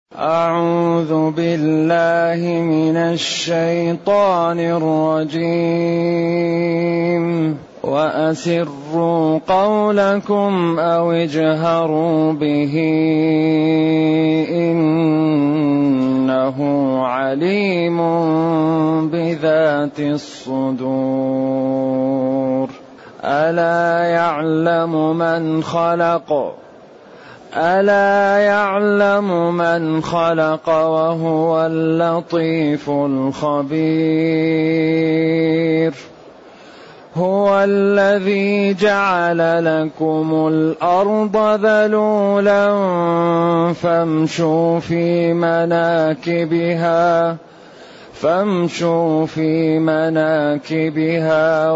أعوذ بالله من الشيطان الرجيم. وأسروا قولكم أو اجهروا به إنه عليم بذات الصدور. ألا يعلم من خلق وهو اللطيف الخبير. هو الذي جعل لكم الأرض ذلولا فامشوا في مناكبها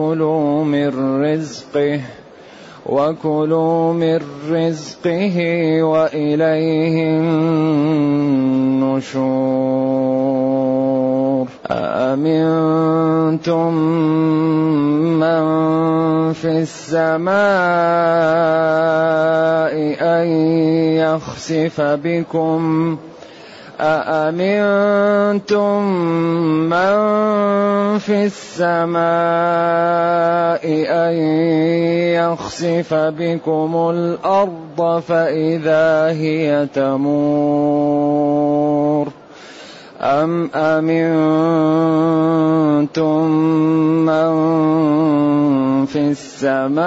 وكلوا من رزقه وإليه النشور. أأمنتم من في السماء أن يخسف بكم الأرض فإذا هي تمور أم أمنتم من في السماء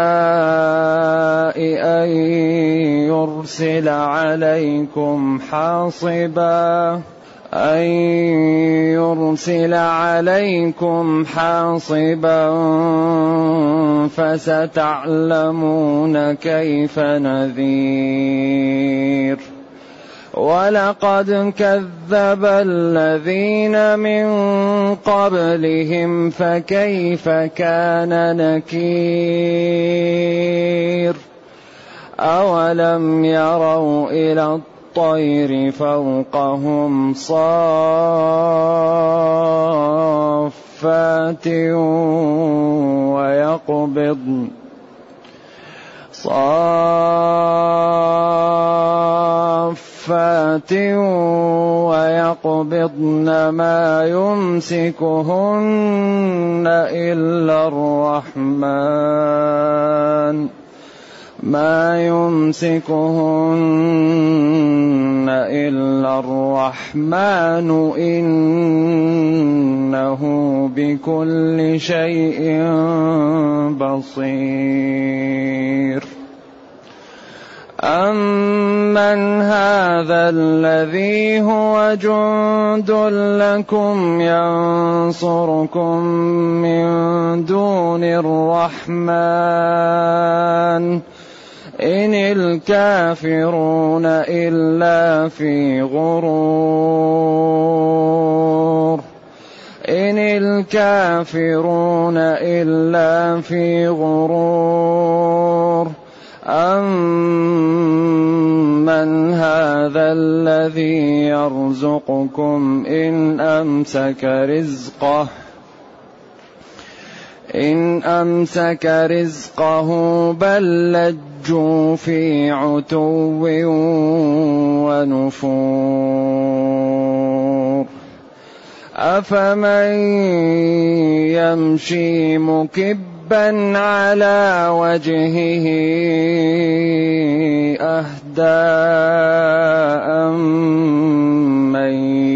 أن يرسل عليكم حاصبا فستعلمون كيف نذير. ولقد كذب الذين من قبلهم فكيف كان نكير. أولم يروا إلى الطير فوقهم صافات ويقبضن ما يمسكهن إلا الرحمن إنه بكل شيء بصير. أمن هذا الذي هو جند لكم ينصركم من دون الرحمن إن الكافرون إلا في غرور. أمن هذا الذي يرزقكم إن أمسك رزقه بل لجوا في عتو ونفور. أفمن يمشي مكبا على وجهه أهدى أمن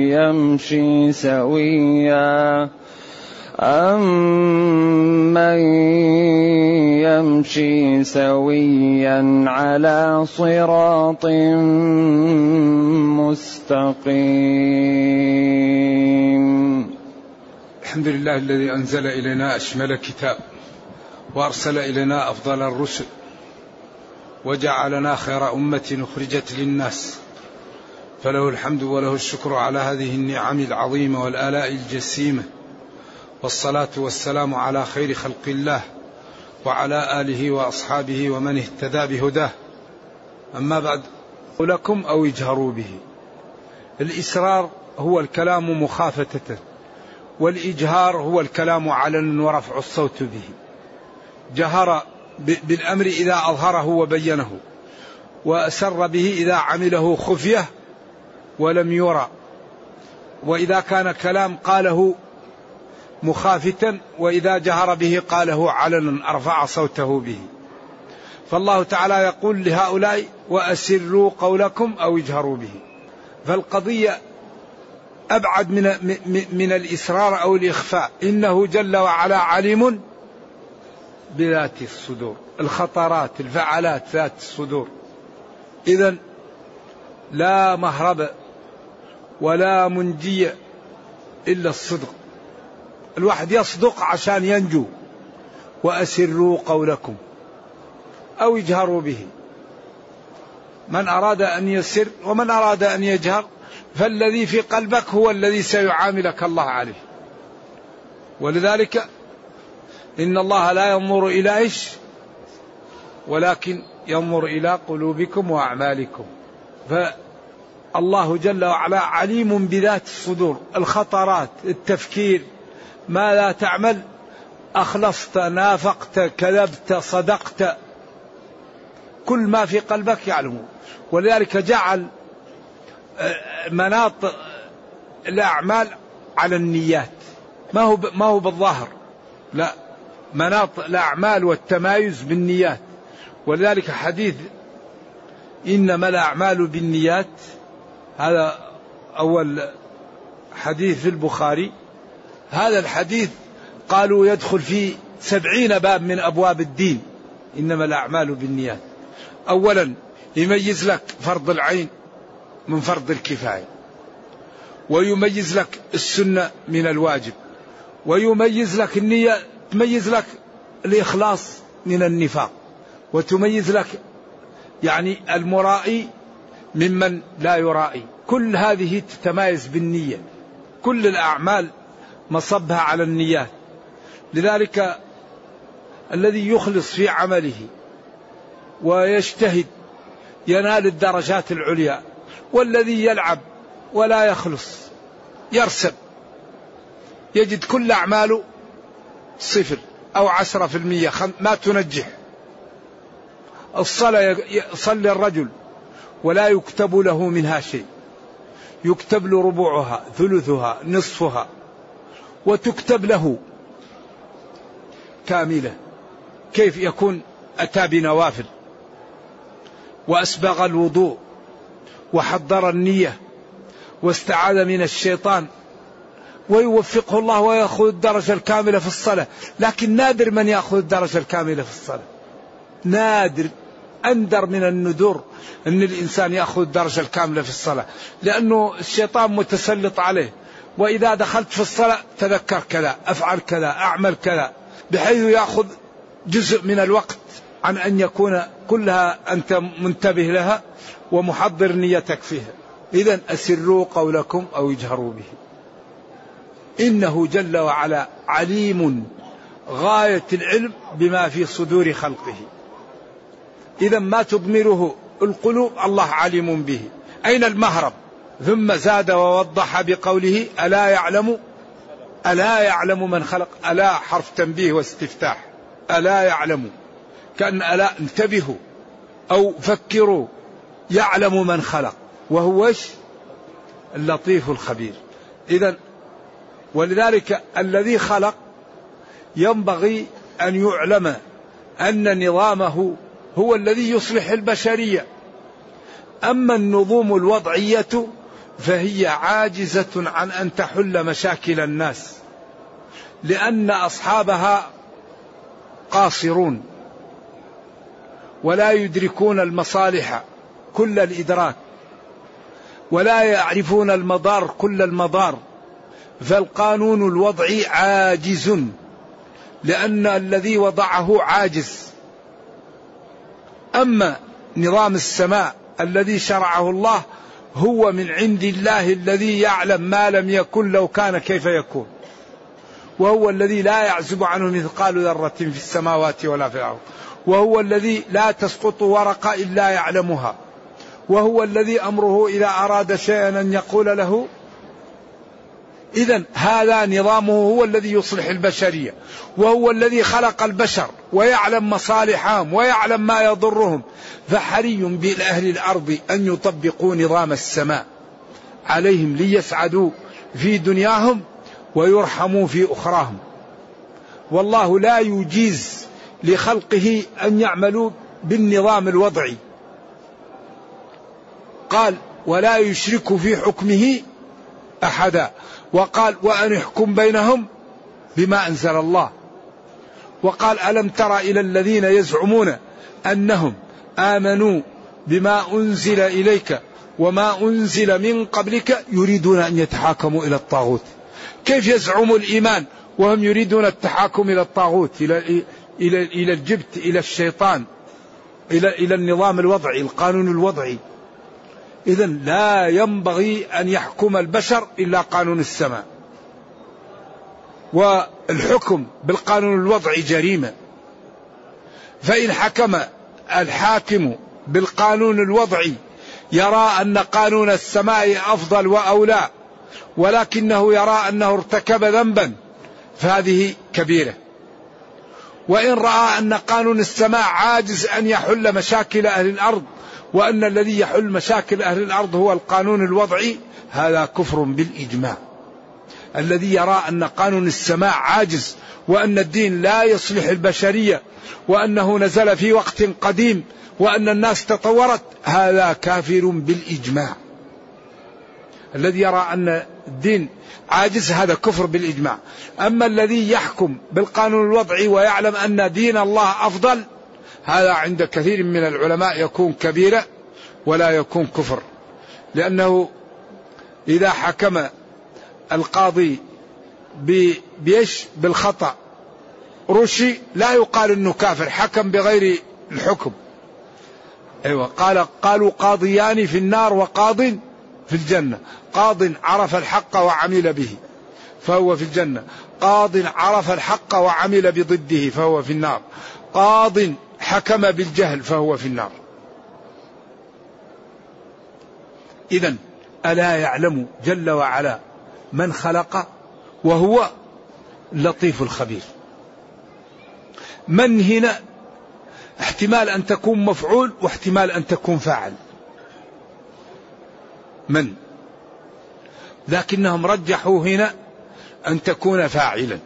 يمشي سويا على صراط مستقيم. الحمد لله الذي أنزل إلينا أشمل كتاب وأرسل إلينا أفضل الرسل وجعلنا خير أمة أخرجت للناس، فله الحمد وله الشكر على هذه النعم العظيمة والآلاء الجسيمة، والصلاة والسلام على خير خلق الله وعلى آله وأصحابه ومن اهتدى بهداه. أما بعد، لكم أو اجهروا به. الإسرار هو الكلام مخافتة، والإجهار هو الكلام علنا ورفع الصوت به. جهر بالأمر إذا أظهره وبينه، وأسر به إذا عمله خفية ولم يرى، وإذا كان كلام قاله مخافتا، وإذا جهر به قاله علنا أرفع صوته به. فالله تعالى يقول لهؤلاء وأسروا قولكم أو اجهروا به. فالقضية أبعد من الإسرار أو الإخفاء. إنه جل وعلا عليم بذات الصدور، الخطرات، الفعالات ذات الصدور. إذن لا مهرب ولا منجي إلا الصدق. الواحد يصدق عشان ينجو. وأسروا قولكم أو اجهروا به. من أراد أن يسر ومن أراد أن يجهر، فالذي في قلبك هو الذي سيعاملك الله عليه. ولذلك إن الله لا ينظر إلى إيش، ولكن ينظر إلى قلوبكم وأعمالكم. فالله جل وعلا عليم بذات الصدور، الخطرات، التفكير، ما لا تعمل، أخلصت، نافقت، كذبت، صدقت، كل ما في قلبك يعلمه. ولذلك جعل مناط الأعمال على النيات، ما هو بالظاهر، لا، مناط الأعمال والتمايز بالنيات. ولذلك حديث إنما الأعمال بالنيات، هذا أول حديث في البخاري. هذا الحديث قالوا يدخل في 70 باب من أبواب الدين. إنما الأعمال بالنيات. أولا يميز لك فرض العين من فرض الكفاية، ويميز لك السنة من الواجب، ويميز لك النية، تميز لك الإخلاص من النفاق، وتميز لك يعني المرائي ممن لا يرائي. كل هذه تتمايز بالنية. كل الأعمال مصبها على النيات. لذلك الذي يخلص في عمله ويجتهد ينال الدرجات العليا، والذي يلعب ولا يخلص يرسب يجد كل أعماله 0 أو 10%، ما تنجح. الصلاة يصلي الرجل ولا يكتب له منها شيء، يكتب له ربعها، ثلثها، نصفها، وتكتب له كاملة. كيف يكون أتى بنوافل وأسبغ الوضوء وحضر النية واستعاذ من الشيطان، ويوفقه الله ويأخذ الدرجة الكاملة في الصلاة. لكن نادر من يأخذ الدرجة الكاملة في الصلاة، نادر، أندر من الندور أن الإنسان يأخذ الدرجة الكاملة في الصلاة، لأنه الشيطان متسلط عليه. وإذا دخلت في الصلاة تذكر كذا، أفعل كذا، أعمل كذا، بحيث يأخذ جزء من الوقت عن أن يكون كلها أنت منتبه لها ومحضر نيتك فيها. إذن أسروا قولكم أو اجهروا به. إنه جل وعلا عليم غاية العلم بما في صدور خلقه. إذا ما تضمره القلوب الله عليم به. أين المهرب؟ ثم زاد ووضح بقوله ألا يعلم من خلق. ألا حرف تنبيه واستفتاح، ألا يعلم، كأن ألا انتبهوا أو فكروا، يعلم من خلق وهو اللطيف الخبير. إذن ولذلك الذي خلق ينبغي أن يعلم أن نظامه هو الذي يصلح البشرية. أما النظم الوضعية فهي عاجزة عن أن تحل مشاكل الناس، لأن أصحابها قاصرون ولا يدركون المصالح كل الإدراك، ولا يعرفون المضار كل المضار. فالقانون الوضعي عاجز، لأن الذي وضعه عاجز. أما نظام السماء الذي شرعه الله هو من عند الله، الذي يعلم ما لم يكن لو كان كيف يكون، وهو الذي لا يعزب عنه مثقال ذرة في السماوات ولا في الأرض، وهو الذي لا تسقط ورقة إلا يعلمها، وهو الذي أمره إذا أراد شيئا أن يقول له. إذن هذا نظامه هو الذي يصلح البشرية، وهو الذي خلق البشر ويعلم مصالحهم ويعلم ما يضرهم. فحري بأهل الأرض أن يطبقوا نظام السماء عليهم ليسعدوا في دنياهم ويرحموا في أخراهم. والله لا يجيز لخلقه أن يعملوا بالنظام الوضعي. قال ولا يشرك في حكمه أحدا، وقال وأن يحكم بينهم بما أنزل الله. وقال ألم تر إلى الذين يزعمون أنهم آمنوا بما أنزل إليك وما أنزل من قبلك يريدون أن يتحاكموا إلى الطاغوت. كيف يزعموا الإيمان وهم يريدون التحاكم إلى الطاغوت، إلى الجبت، إلى الشيطان، إلى النظام الوضعي، القانون الوضعي. إذن لا ينبغي أن يحكم البشر إلا قانون السماء، والحكم بالقانون الوضعي جريمة. فإن حكم الحاكم بالقانون الوضعي يرى أن قانون السماء أفضل وأولى، ولكنه يرى أنه ارتكب ذنبا، فهذه كبيرة. وإن رأى أن قانون السماء عاجز أن يحل مشاكل أهل الأرض، وأن الذي يحل مشاكل أهل الأرض هو القانون الوضعي، هذا كفر بالإجماع. الذي يرى أن قانون السماء عاجز، وأن الدين لا يصلح البشرية، وأنه نزل في وقت قديم، وأن الناس تطورت، هذا كافر بالإجماع. الذي يرى أن الدين عاجز هذا كفر بالإجماع. أما الذي يحكم بالقانون الوضعي ويعلم أن دين الله أفضل، هذا عند كثير من العلماء يكون كبيرة ولا يكون كفر. لأنه إذا حكم القاضي بالخطأ رشي، لا يقال أنه كافر، حكم بغير الحكم. أيوة، قالوا قاضيان في النار وقاض في الجنة. قاض عرف الحق وعمل به فهو في الجنة، قاض عرف الحق وعمل بضده فهو في النار، قاض حكم بالجهل فهو في النار. إذن ألا يعلم جل وعلا من خلق وهو اللطيف الخبير. من هنا احتمال أن تكون مفعول واحتمال أن تكون فاعل، من، لكنهم رجحوا هنا أن تكون فاعلا.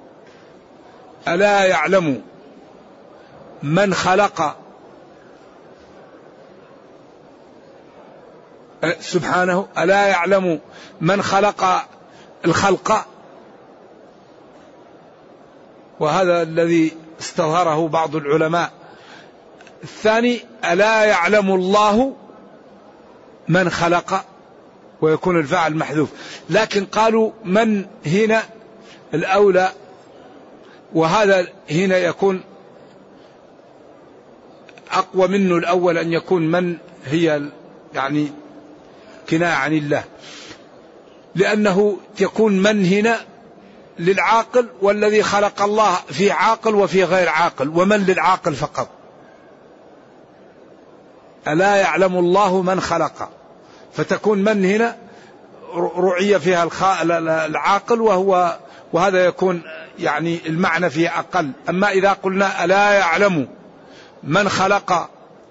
ألا يعلم من خلق سبحانه، ألا يعلم من خلق الخلق، وهذا الذي استظهره بعض العلماء. الثاني ألا يعلم الله من خلق، ويكون الفاعل محذوف. لكن قالوا من هنا الأولى، وهذا هنا يكون أقوى منه الأول، أن يكون من هي يعني كناية عن الله، لأنه يكون من هنا للعاقل، والذي خلق الله في عاقل وفي غير عاقل، ومن للعاقل فقط. ألا يعلم الله من خلق، فتكون من هنا رعية فيها العاقل، وهذا يكون يعني المعنى فيه أقل. أما إذا قلنا ألا يعلم من خلق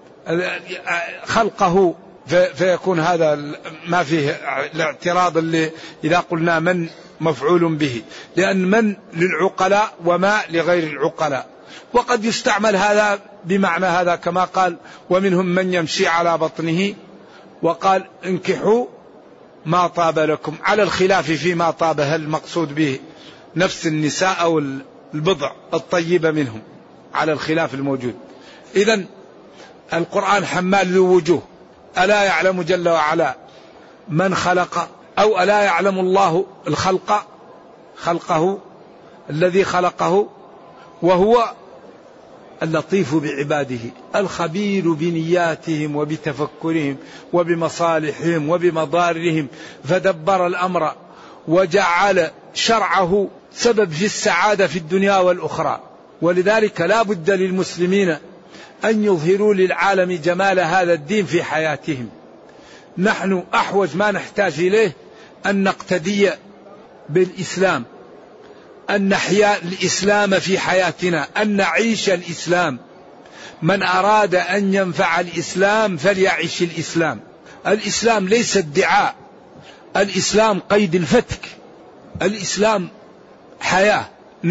خلقه، فيكون هذا ما فيه الاعتراض اللي إذا قلنا من مفعول به، لأن من للعقلاء وما لغير العقلاء. وقد يستعمل هذا بمعنى هذا، كما قال ومنهم من يمشي على بطنه، وقال انكحوا ما طاب لكم، على الخلاف فيما طاب، هل المقصود به نفس النساء أو البضع الطيبة منهم، على الخلاف الموجود. إذن القرآن حمال ذو وجوه. ألا يعلم جل وعلا من خلق، أو ألا يعلم الله الخلق، خلقه الذي خلقه، وهو اللطيف بعباده الخبير بنياتهم وبتفكرهم وبمصالحهم وبمضارهم، فدبر الأمر وجعل شرعه سبب في السعادة في الدنيا والأخرى. ولذلك لا بد للمسلمين أن يظهروا للعالم جمال هذا الدين في حياتهم. نحن أحوج ما نحتاج إليه أن نقتدي بالإسلام، أن نحيا الإسلام في حياتنا، أن نعيش الإسلام. من أراد أن ينفع الإسلام فليعيش الإسلام. الإسلام ليس ادعاء الإسلام قيد الفتك، الإسلام حياة،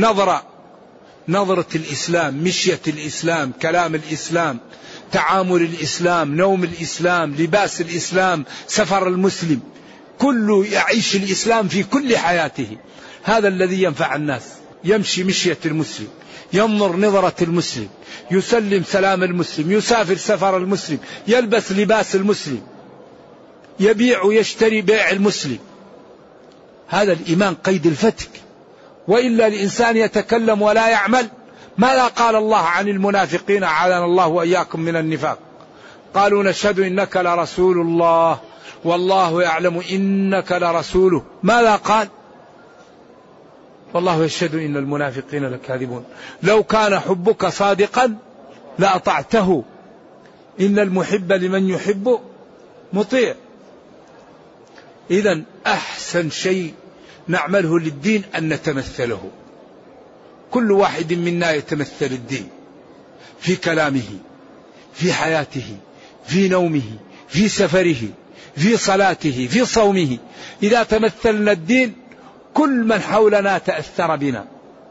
نظرة الإسلام، مشية الإسلام، كلام الإسلام، تعامل الإسلام، نوم الإسلام، لباس الإسلام، سفر المسلم، كله يعيش الإسلام في كل حياته. هذا الذي ينفع الناس. يمشي مشية المسلم، ينظر نظرة المسلم، يسلم سلام المسلم، يسافر سفر المسلم، يلبس لباس المسلم، يبيع ويشتري بيع المسلم. هذا الإيمان قيد الفتك. وإلا الإنسان يتكلم ولا يعمل. ماذا قال الله عن المنافقين أعاذنا الله وإياكم من النفاق؟ قالوا نشهد إنك لرسول الله والله يعلم إنك لرسوله. ماذا قال؟ والله يشهد إن المنافقين لكاذبون. لو كان حبك صادقا لأطعته إن المحب لمن يحب مطيع. إذن أحسن شيء نعمله للدين أن نتمثله. كل واحد منا يتمثل الدين في كلامه، في حياته، في نومه، في سفره، في صلاته، في صومه. إذا تمثلنا الدين كل من حولنا تأثر بنا،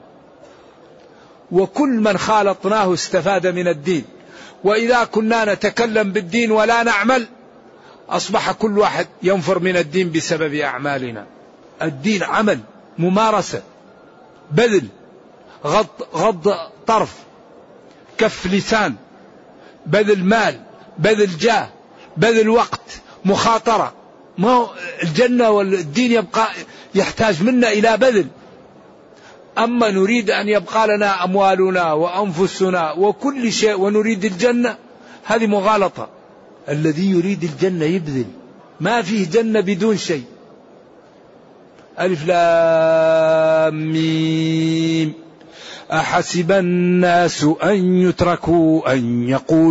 وكل من خالطناه استفاد من الدين. وإذا كنا نتكلم بالدين ولا نعمل أصبح كل واحد ينفر من الدين بسبب أعمالنا. الدين عمل، ممارسة، بذل، غض طرف، كف لسان، بذل مال، بذل جاه، بذل وقت، مخاطرة. ما الجنة والدين يبقى يحتاج منا إلى بذل. أما نريد أن يبقى لنا أموالنا وأنفسنا وكل شيء ونريد الجنة، هذه مغالطة. الذي يريد الجنة يبذل، ما فيه جنة بدون شيء. ألف لام ميم أحسب الناس أن يتركوا أن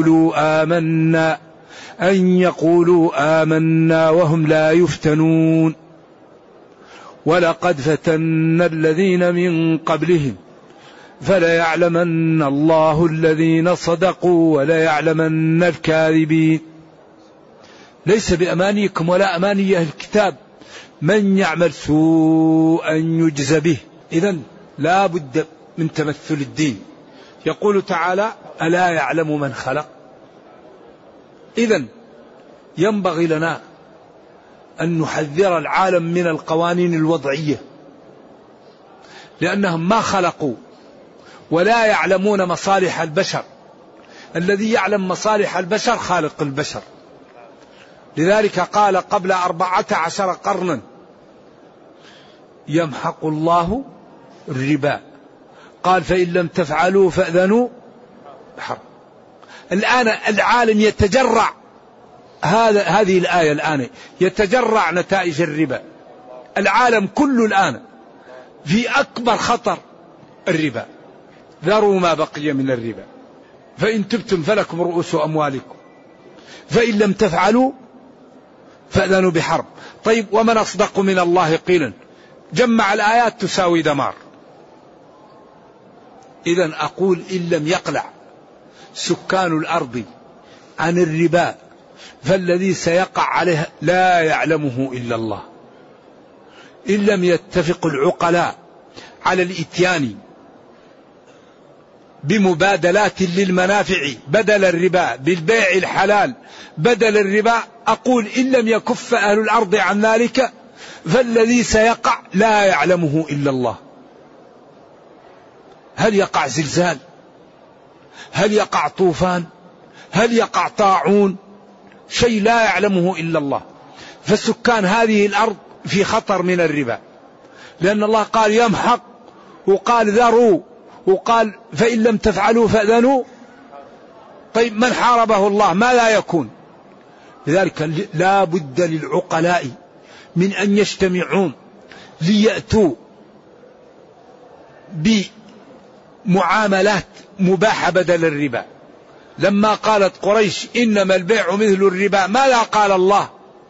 يقولوا آمنا وهم لا يفتنون ولقد فتنا الذين من قبلهم فليعلمن الله الذين صدقوا وليعلمن الكاذبين. ليس بأمانيكم ولا أماني أهل الكتاب، من يعمل سوءا يجز به. إذن لا بد من تمثل الدين. يقول تعالى ألا يعلم من خلق. إذن ينبغي لنا أن نحذر العالم من القوانين الوضعية، لأنهم ما خلقوا ولا يعلمون مصالح البشر. الذي يعلم مصالح البشر خالق البشر. لذلك قال قبل 14 قرنا يمحق الله الربا، قال فإن لم تفعلوا فأذنوا بحرب. الآن العالم يتجرع، هذه الآية الآن يتجرع نتائج الربا. العالم كله الآن في أكبر خطر الربا. ذروا ما بقي من الربا فإن تبتم فلكم رؤوس أموالكم فإن لم تفعلوا فأذنوا بحرب. طيب ومن أصدق من الله قيلا؟ جمع الآيات تساوي دمار. إذن أقول إن لم يقلع سكان الأرض عن الربا فالذي سيقع عليه لا يعلمه إلا الله. إن لم يتفق العقلاء على الإتيان بمبادلات للمنافع بدل الربا، بالبيع الحلال بدل الربا، أقول إن لم يكف أهل الأرض عن ذلك فالذي سيقع لا يعلمه إلا الله. هل يقع زلزال؟ هل يقع طوفان؟ هل يقع طاعون؟ شيء لا يعلمه إلا الله. فسكان هذه الأرض في خطر من الربا، لأن الله قال يمحق وقال ذروا وقال فإن لم تفعلوا فأذنوا. طيب من حاربه الله ما لا يكون؟ لذلك لا بد للعقلاء من أن يجتمعون ليأتوا بمعاملات مباحة بدل الربا. لما قالت قريش إنما البيع مثل الربا ماذا قال الله؟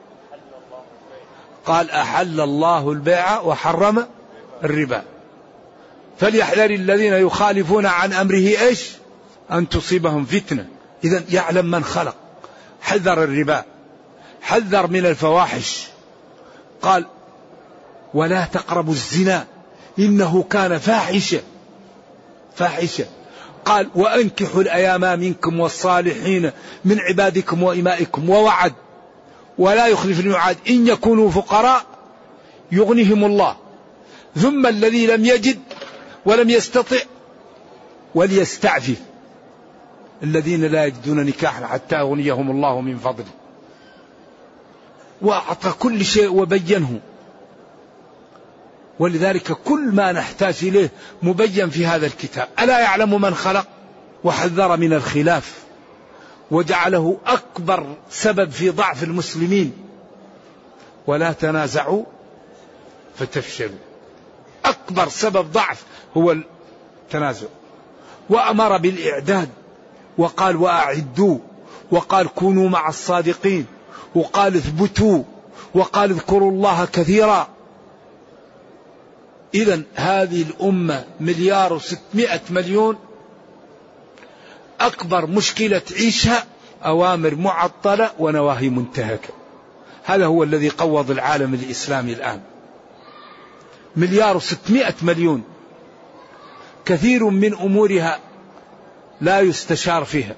قال أحل الله البيع وحرم الربا فليحذر الذين يخالفون عن أمره إيش؟ أن تصيبهم فتنة. إذن يعلم من خلق، حذر الربا، حذر من الفواحش، قال ولا تقربوا الزنا إنه كان فاحشة. قال وأنكحوا الأيام منكم والصالحين من عبادكم وإمائكم، ووعد ولا يخلف الميعاد إن يكونوا فقراء يغنيهم الله، ثم الذي لم يجد ولم يستطع وليستعفف الذين لا يجدون نكاحا حتى يغنيهم الله من فضله. وأعطى كل شيء وبينه، ولذلك كل ما نحتاج إليه مبين في هذا الكتاب. ألا يعلم من خلق وحذر من الخلاف وجعله أكبر سبب في ضعف المسلمين. ولا تنازعوا فتفشلوا، أكبر سبب ضعف هو التنازع. وأمر بالإعداد وقال وأعدوا، وقال كونوا مع الصادقين، وقال اثبتوا، وقال اذكروا الله كثيرا. إذن هذه الأمة 1,600,000,000، أكبر مشكلة تعيشها أوامر معطلة ونواهي منتهكة. هذا هو الذي قوض العالم الإسلامي الآن. 1,600,000,000، كثير من أمورها لا يستشار فيها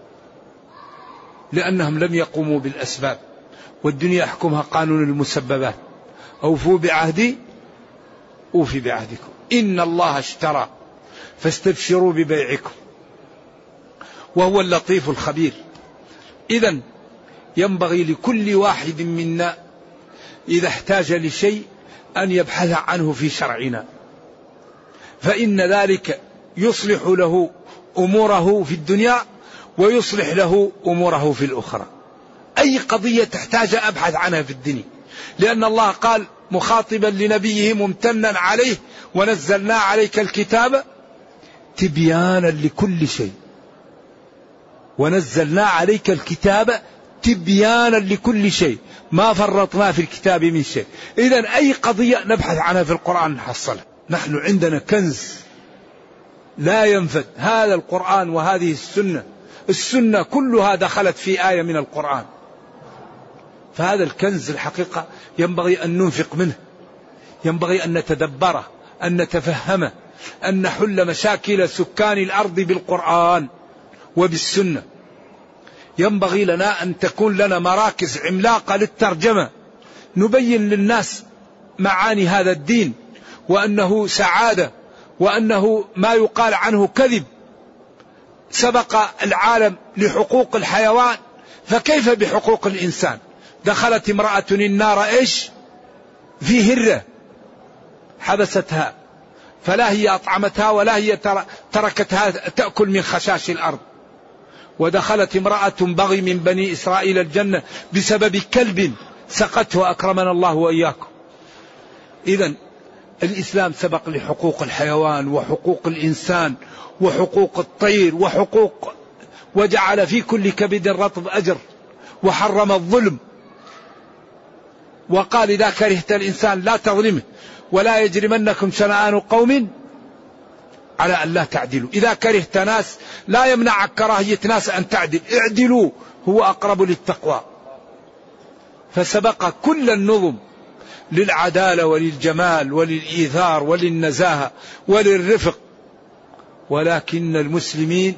لأنهم لم يقوموا بالأسباب، والدنيا يحكمها قانون المسببات. أوفوا بعهدي أوفي بعهدكم إن الله اشترى فاستبشروا ببيعكم وهو اللطيف الخبير. إذن ينبغي لكل واحد منا إذا احتاج لشيء أن يبحث عنه في شرعنا، فإن ذلك يصلح له أموره في الدنيا ويصلح له أموره في الأخرى. أي قضية تحتاج أبحث عنها في الدنيا، لأن الله قال مخاطبا لنبيه ممتنا عليه ونزلنا عليك الكتاب تبيانا لكل شيء، ونزلنا عليك الكتاب تبيانا لكل شيء ما فرطنا في الكتاب من شيء. إذن أي قضية نبحث عنها في القرآن نحصلها. نحن عندنا كنز لا ينفد، هذا القرآن وهذه السنة كلها دخلت في آية من القرآن. فهذا الكنز الحقيقة ينبغي أن ننفق منه، ينبغي أن نتدبره، أن نتفهمه، أن نحل مشاكل سكان الأرض بالقرآن وبالسنة. ينبغي لنا أن تكون لنا مراكز عملاقة للترجمة، نبين للناس معاني هذا الدين، وأنه سعادة، وأنه ما يقال عنه كذب. سبق العالم لحقوق الحيوان، فكيف بحقوق الإنسان؟ دخلت امرأة النار إيش؟ في هرة حبستها، فلا هي أطعمتها ولا هي تركتها تأكل من خشاش الأرض. ودخلت امرأة بغي من بني إسرائيل الجنة بسبب كلب سقته أكرمنا الله وإياكم. إذن الإسلام سبق لحقوق الحيوان وحقوق الإنسان وحقوق الطير وجعل في كل كبد رطب أجر، وحرم الظلم، وقال إذا كرهت الإنسان لا تظلمه ولا يجرمنكم شنآن قوم على أن لا تعدلوا. إذا كرهت ناس لا يمنعك كراهية ناس أن تعدل، اعدلوا هو أقرب للتقوى. فسبق كل النظم للعدالة وللجمال وللإيثار وللنزاهة وللرفق، ولكن المسلمين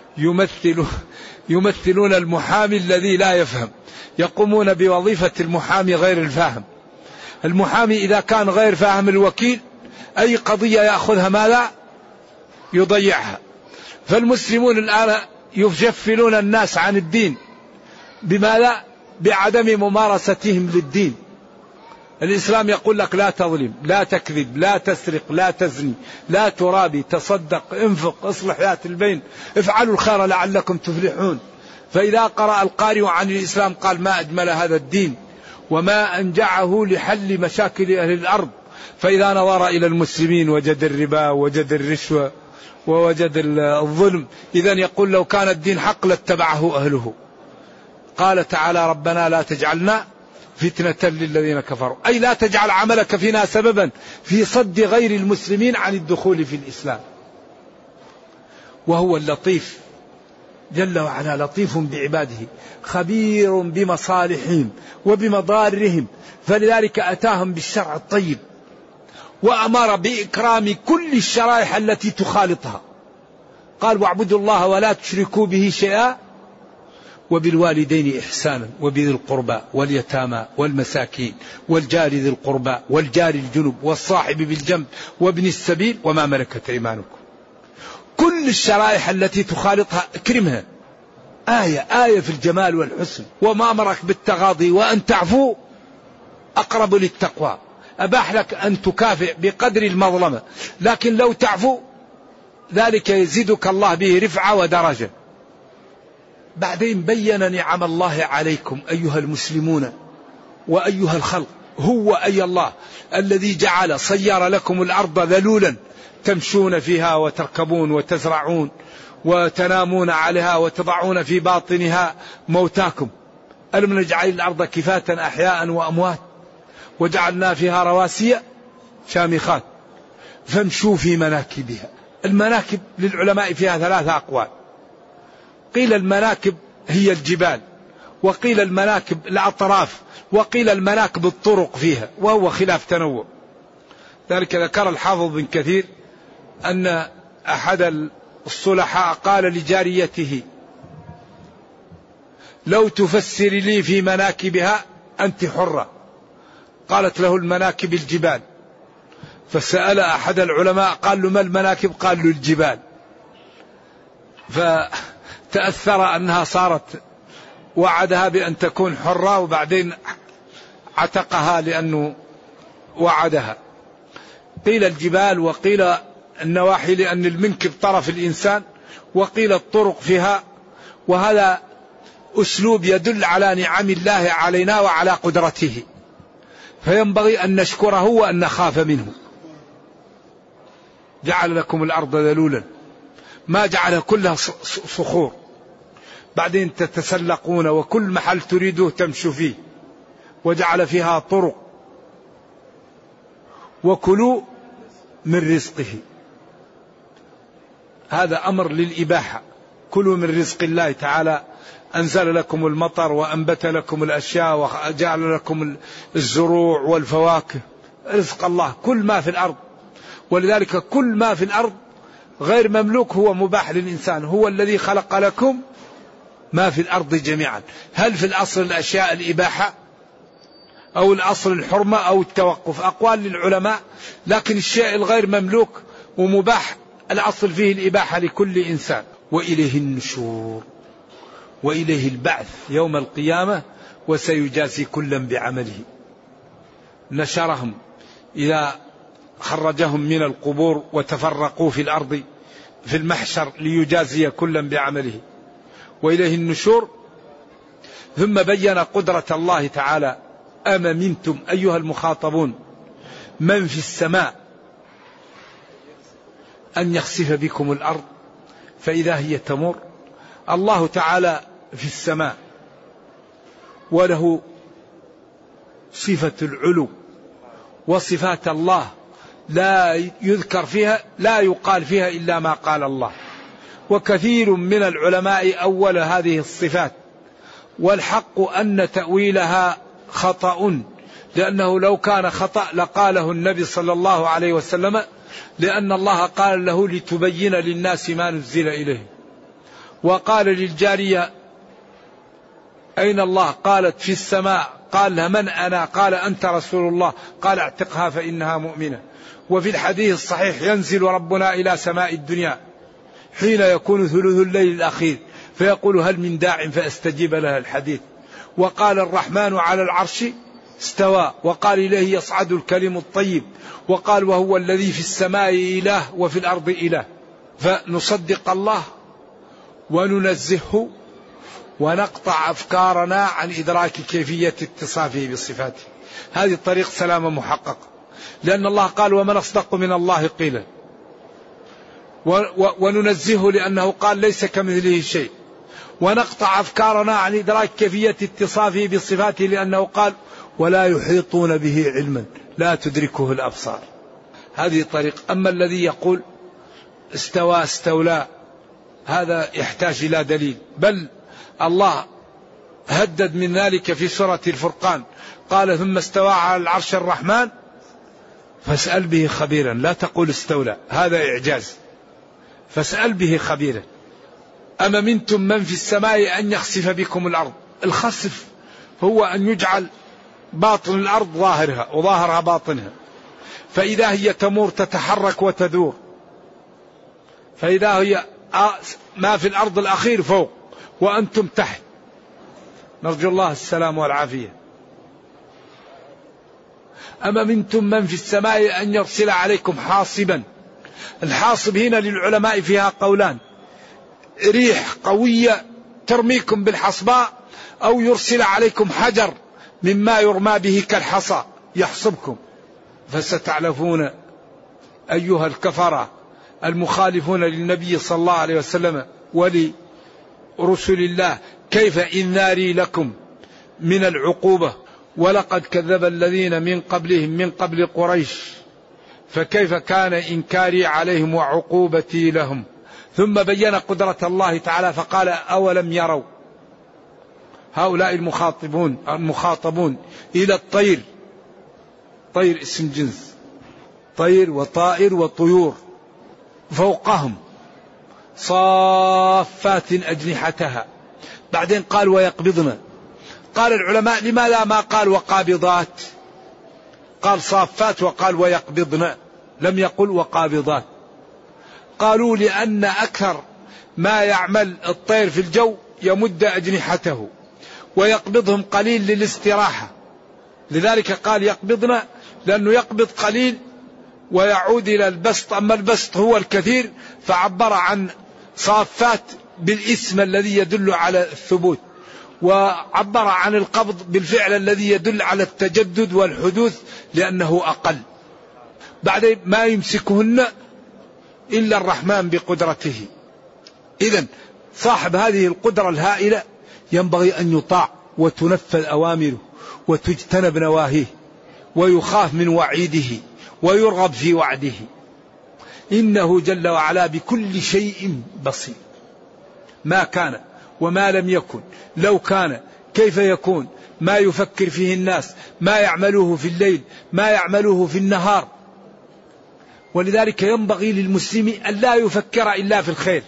يمثلون المحامي الذي لا يفهم، يقومون بوظيفة المحامي غير الفاهم. المحامي إذا كان غير فاهم الوكيل أي قضية يأخذها ماذا؟ يضيعها. فالمسلمون الآن يجفلون الناس عن الدين بماذا؟ بعدم ممارستهم للدين. الإسلام يقول لك لا تظلم، لا تكذب، لا تسرق، لا تزني، لا ترابي، تصدق، انفق، اصلح ذات البين، افعلوا الخير لعلكم تفلحون. فإذا قرأ القارئ عن الإسلام قال ما أجمل هذا الدين وما أنجعه لحل مشاكل أهل الأرض. فإذا نظر إلى المسلمين وجد الربا ووجد الرشوة ووجد الظلم. إذن يقول لو كان الدين حق لاتبعه أهله. قال تعالى ربنا لا تجعلنا فتنة للذين كفروا، أي لا تجعل عملك فينا سببا في صد غير المسلمين عن الدخول في الإسلام. وهو اللطيف جل وعلا لطيف بعباده خبير بمصالحهم وبمضارهم، فلذلك أتاهم بالشرع الطيب وأمر بإكرام كل الشرائح التي تخالطها. قال واعبدوا الله ولا تشركوا به شيئا وبالوالدين إحسانا وبذي القربى واليتامى والمساكين والجار ذي القربى والجار الجنب والصاحب بالجنب وابن السبيل وما ملكت أيمانكم. كل الشرائح التي تخالطها اكرمها. آية في الجمال والحسن. وما أمرك بالتغاضي وأن تعفو أقرب للتقوى. أباح لك أن تكافئ بقدر المظلمة، لكن لو تعفو ذلك يزيدك الله به رفعة ودرجة. بعدين بين نعم الله عليكم أيها المسلمون وأيها الخلق. هو أي الله الذي جعل صير لكم الأرض ذلولا تمشون فيها وتركبون وتزرعون وتنامون عليها وتضعون في باطنها موتاكم. ألم نجعل الأرض كفاة أحياء وأموات وجعلنا فيها رواسي شامخات فامشوا في مناكبها. المناكب للعلماء فيها 3 أقوال. قيل المناكب هي الجبال، وقيل المناكب الأطراف، وقيل المناكب الطرق فيها، وهو خلاف تنوع. ذلك ذكر الحافظ بن كثير أن أحد الصلحاء قال لجاريته لو تفسر لي في مناكبها أنت حرة. قالت له المناكب الجبال. فسأل أحد العلماء قال له ما المناكب؟ قال له الجبال. فتأثر أنها صارت وعدها بأن تكون حرة، وبعدين عتقها لأنه وعدها. قيل الجبال، وقيل النواحي لأن المنكب طرف الإنسان، وقيل الطرق فيها. وهذا أسلوب يدل على نعم الله علينا وعلى قدرته، فينبغي أن نشكره وأن نخاف منه. جعل لكم الأرض ذلولا، ما جعل كلها صخور، بعدين تتسلقون وكل محل تريدوه تمشوا فيه، وجعل فيها طرق. وكلوا من رزقه، هذا أمر للإباحة. كلوا من رزق الله تعالى. أنزل لكم المطر وأنبت لكم الأشياء وجعل لكم الزروع والفواكه، رزق الله كل ما في الأرض. ولذلك كل ما في الأرض غير مملوك هو مباح للإنسان. هو الذي خلق لكم ما في الأرض جميعا. هل في الأصل الأشياء الإباحة أو الأصل الحرمة أو التوقف؟ أقوال للعلماء، لكن الشيء الغير مملوك ومباح الأصل فيه الإباحة لكل إنسان. وإليه النشور، وإليه البعث يوم القيامة، وسيجازي كلا بعمله. نشرهم إذا خرجهم من القبور وتفرقوا في الأرض في المحشر ليجازي كلا بعمله، وإليه النشور. ثم بين قدرة الله تعالى. أم منتم أيها المخاطبون من في السماء أن يخسف بكم الأرض فإذا هي تمر. الله تعالى في السماء وله صفة العلو، وصفات الله لا يذكر فيها، لا يقال فيها إلا ما قال الله. وكثير من العلماء أول هذه الصفات، والحق أن تأويلها خطأ، لأنه لو كان خطأ لقاله النبي صلى الله عليه وسلم، لأن الله قال له لتبين للناس ما نزل إليه. وقال للجارية أين الله؟ قالت في السماء. قال لها من أنا؟ قال أنت رسول الله. قال اعتقها فإنها مؤمنة. وفي الحديث الصحيح ينزل ربنا إلى سماء الدنيا حين يكون ثلث الليل الأخير فيقول هل من داع فأستجيب لها الحديث. وقال الرحمن على العرش استوى. وقال إليه يصعد الكلم الطيب. وقال وهو الذي في السماء إله وفي الأرض إله. فنصدق الله وننزهه ونقطع أفكارنا عن إدراك كيفية اتصافه بصفاته. هذه الطريق سلامة محققة، لأن الله قال ومن أصدق من الله قيلا. وننزهه لأنه قال ليس كمثله شيء. ونقطع أفكارنا عن إدراك كيفية اتصافه بصفاته لأنه قال ولا يحيطون به علما لا تدركه الأبصار. هذه طريق. أما الذي يقول استوى استولى هذا يحتاج إلى دليل. بل الله هدد من ذلك في سورة الفرقان، قال ثم استوى على العرش الرحمن فاسأل به خبيرا، لا تقول استولى، هذا إعجاز، فاسأل به خبيرا. أما منتم من في السماء أن يخسف بكم الأرض. الخسف هو أن يجعل باطن الأرض ظاهرها وظاهرها باطنها، فإذا هي تمور تتحرك وتدور، فإذا هي ما في الأرض الأخير فوق وأنتم تحت، نرجو الله السلام والعافية. أما منتم من في السماء أن يرسل عليكم حاصبا. الحاصب هنا للعلماء فيها قولان: ريح قوية ترميكم بالحصباء، أو يرسل عليكم حجر مما يرمى به كالحصى يحصبكم. فستعلفون أيها الكفرة المخالفون للنبي صلى الله عليه وسلم ولرسل الله كيف إنذاري لكم من العقوبة. ولقد كذب الذين من قبلهم من قبل قريش فكيف كان إنكاري عليهم وعقوبتي لهم. ثم بين قدرة الله تعالى فقال: أولم يروا، هؤلاء المخاطبون إلى الطير، طير اسم جنس، طير وطائر وطيور فوقهم صافات أجنحتها، بعدين قال ويقبضن. قال العلماء: لماذا ما قال وقابضات؟ قال صافات وقال ويقبضن، لم يقل وقابضات. قالوا لأن أكثر ما يعمل الطير في الجو يمد أجنحته، ويقبضهم قليل للاستراحة، لذلك قال يقبضن، لأنه يقبض قليل ويعود إلى البسط، أما البسط هو الكثير، فعبر عن صافات بالاسم الذي يدل على الثبوت، وعبر عن القبض بالفعل الذي يدل على التجدد والحدوث لأنه أقل. بعد ما يمسكهن إلا الرحمن بقدرته. إذن صاحب هذه القدرة الهائلة ينبغي أن يطاع وتنفذ أوامره وتجتنب نواهيه ويخاف من وعيده ويرغب في وعده. إنه جل وعلا بكل شيء بصير. ما كان وما لم يكن، لو كان كيف يكون، ما يفكر فيه الناس، ما يعملوه في الليل، ما يعملوه في النهار. ولذلك ينبغي للمسلم أن لا يفكر إلا في الخير،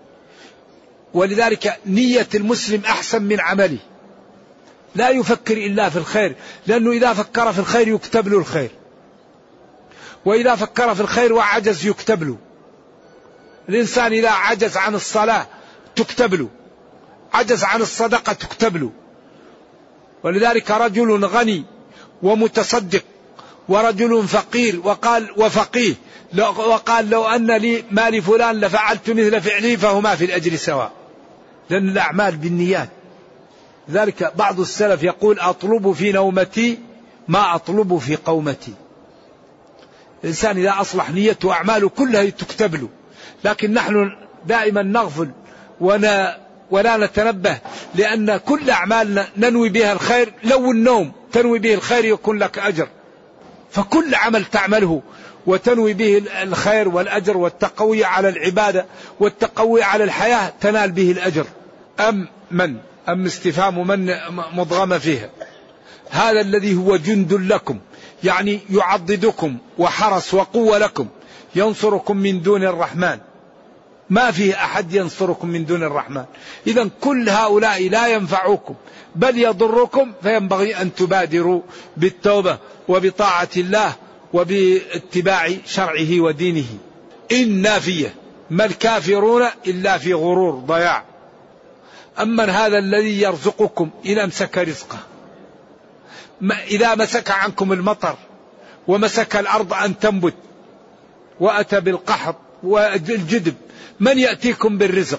ولذلك نية المسلم أحسن من عمله، لا يفكر إلا في الخير، لأنه إذا فكر في الخير يكتب له الخير، وإذا فكر في الخير وعجز يكتب له. الإنسان إذا عجز عن الصلاة تكتب له، عجز عن الصدقة تكتب له. ولذلك رجل غني ومتصدق ورجل فقير وفقيه وقال لو أن لي مال فلان لفعلت مثل فعلي، فهما في الأجر سواء، لأن الأعمال بالنيات. ذلك بعض السلف يقول: أطلب في نومتي ما أطلب في قومتي. الإنسان إذا أصلح نيته أعماله كلها تكتب له، لكن نحن دائما نغفل ولا نتنبه، لأن كل أعمالنا ننوي بها الخير. لو النوم تنوي به الخير يكون لك أجر، فكل عمل تعمله وتنوي به الخير والأجر والتقوي على العبادة والتقوي على الحياة تنال به الأجر. أم استفهام من مضغم فيها. هذا الذي هو جند لكم، يعني يعضدكم وحرس وقوة لكم، ينصركم من دون الرحمن. ما فيه أحد ينصركم من دون الرحمن. إذن كل هؤلاء لا ينفعوكم بل يضركم، فينبغي أن تبادروا بالتوبة وبطاعة الله وباتباع شرعه ودينه. إن نافية، ما الكافرون إلا في غرور ضياع. أما هذا الذي يرزقكم إن أمسك رزقه، إذا مسك عنكم المطر ومسك الأرض أن تنبت وأتى بالقحط والجدب، من يأتيكم بالرزق؟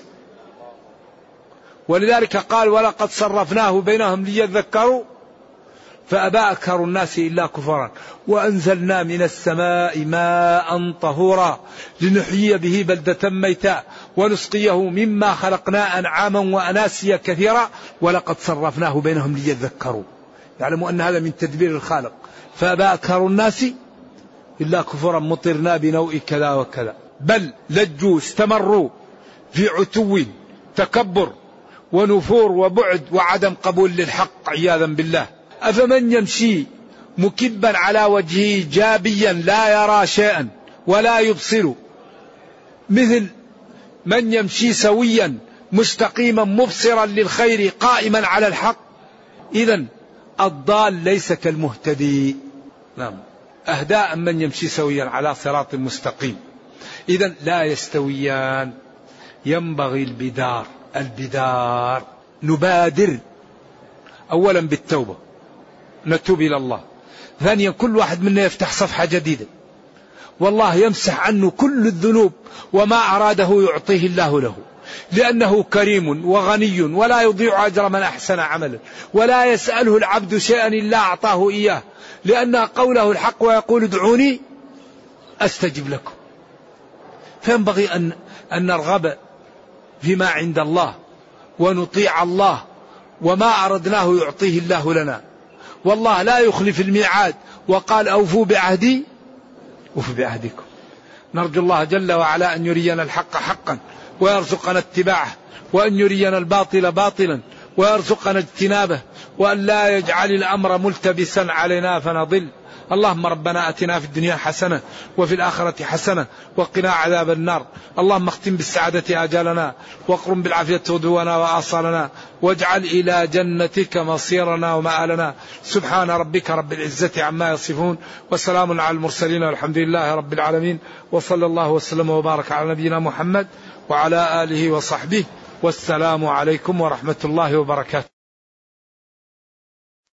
ولذلك قال: ولقد صرفناه بينهم ليذكروا فأبى أكثر الناس إلا كفرا وأنزلنا من السماء ماء طهورا لنحيي به بلدة ميتا ونسقيه مما خلقنا أنعاما وأناسيا كثيرا ولقد صرفناه بينهم ليذكروا. يعلموا أن هذا من تدبير الخالق. فأبى أكثر الناس إلا كفرا مطرنا بنوء كذا وكذا. بل لجوا استمروا في عتو تكبر ونفور وبعد وعدم قبول للحق عياذا بالله. أفمن يمشي مكبا على وجهه جابيا لا يرى شيئا ولا يبصر مثل من يمشي سويا مستقيما مبصرا للخير قائما على الحق. إذن الضال ليس كالمهتدي. نعم، أهداء من يمشي سويا على صراط مستقيم. إذن لا يستويان. ينبغي البدار نبادر أولا بالتوبة، نتوب إلى الله. ثانيا كل واحد منا يفتح صفحة جديدة، والله يمسح عنه كل الذنوب، وما أراده يعطيه الله له، لأنه كريم وغني ولا يضيع أجر من أحسن عملا، ولا يسأله العبد شيئا إلا أعطاه إياه، لأن قوله الحق ويقول ادعوني أستجب لكم. فينبغي أن نرغب فيما عند الله ونطيع الله، وما أردناه يعطيه الله لنا، والله لا يخلف الميعاد، وقال أوفوا بعهدي أوفوا بعهدكم. نرجو الله جل وعلا أن يرينا الحق حقا ويرزقنا اتباعه، وأن يرينا الباطل باطلا ويرزقنا اجتنابه، وأن لا يجعل الأمر ملتبسا علينا فنضل. اللهم ربنا أتنا في الدنيا حسنة وفي الآخرة حسنة وقنا عذاب النار. اللهم اختم بالسعادة آجالنا، واقرم بالعافية غدونا وآصالنا، واجعل إلى جنتك مصيرنا ومآلنا. سبحان ربك رب العزة عما يصفون، وسلام على المرسلين، والحمد لله رب العالمين، وصلى الله وسلم وبارك على نبينا محمد وعلى آله وصحبه، والسلام عليكم ورحمة الله وبركاته.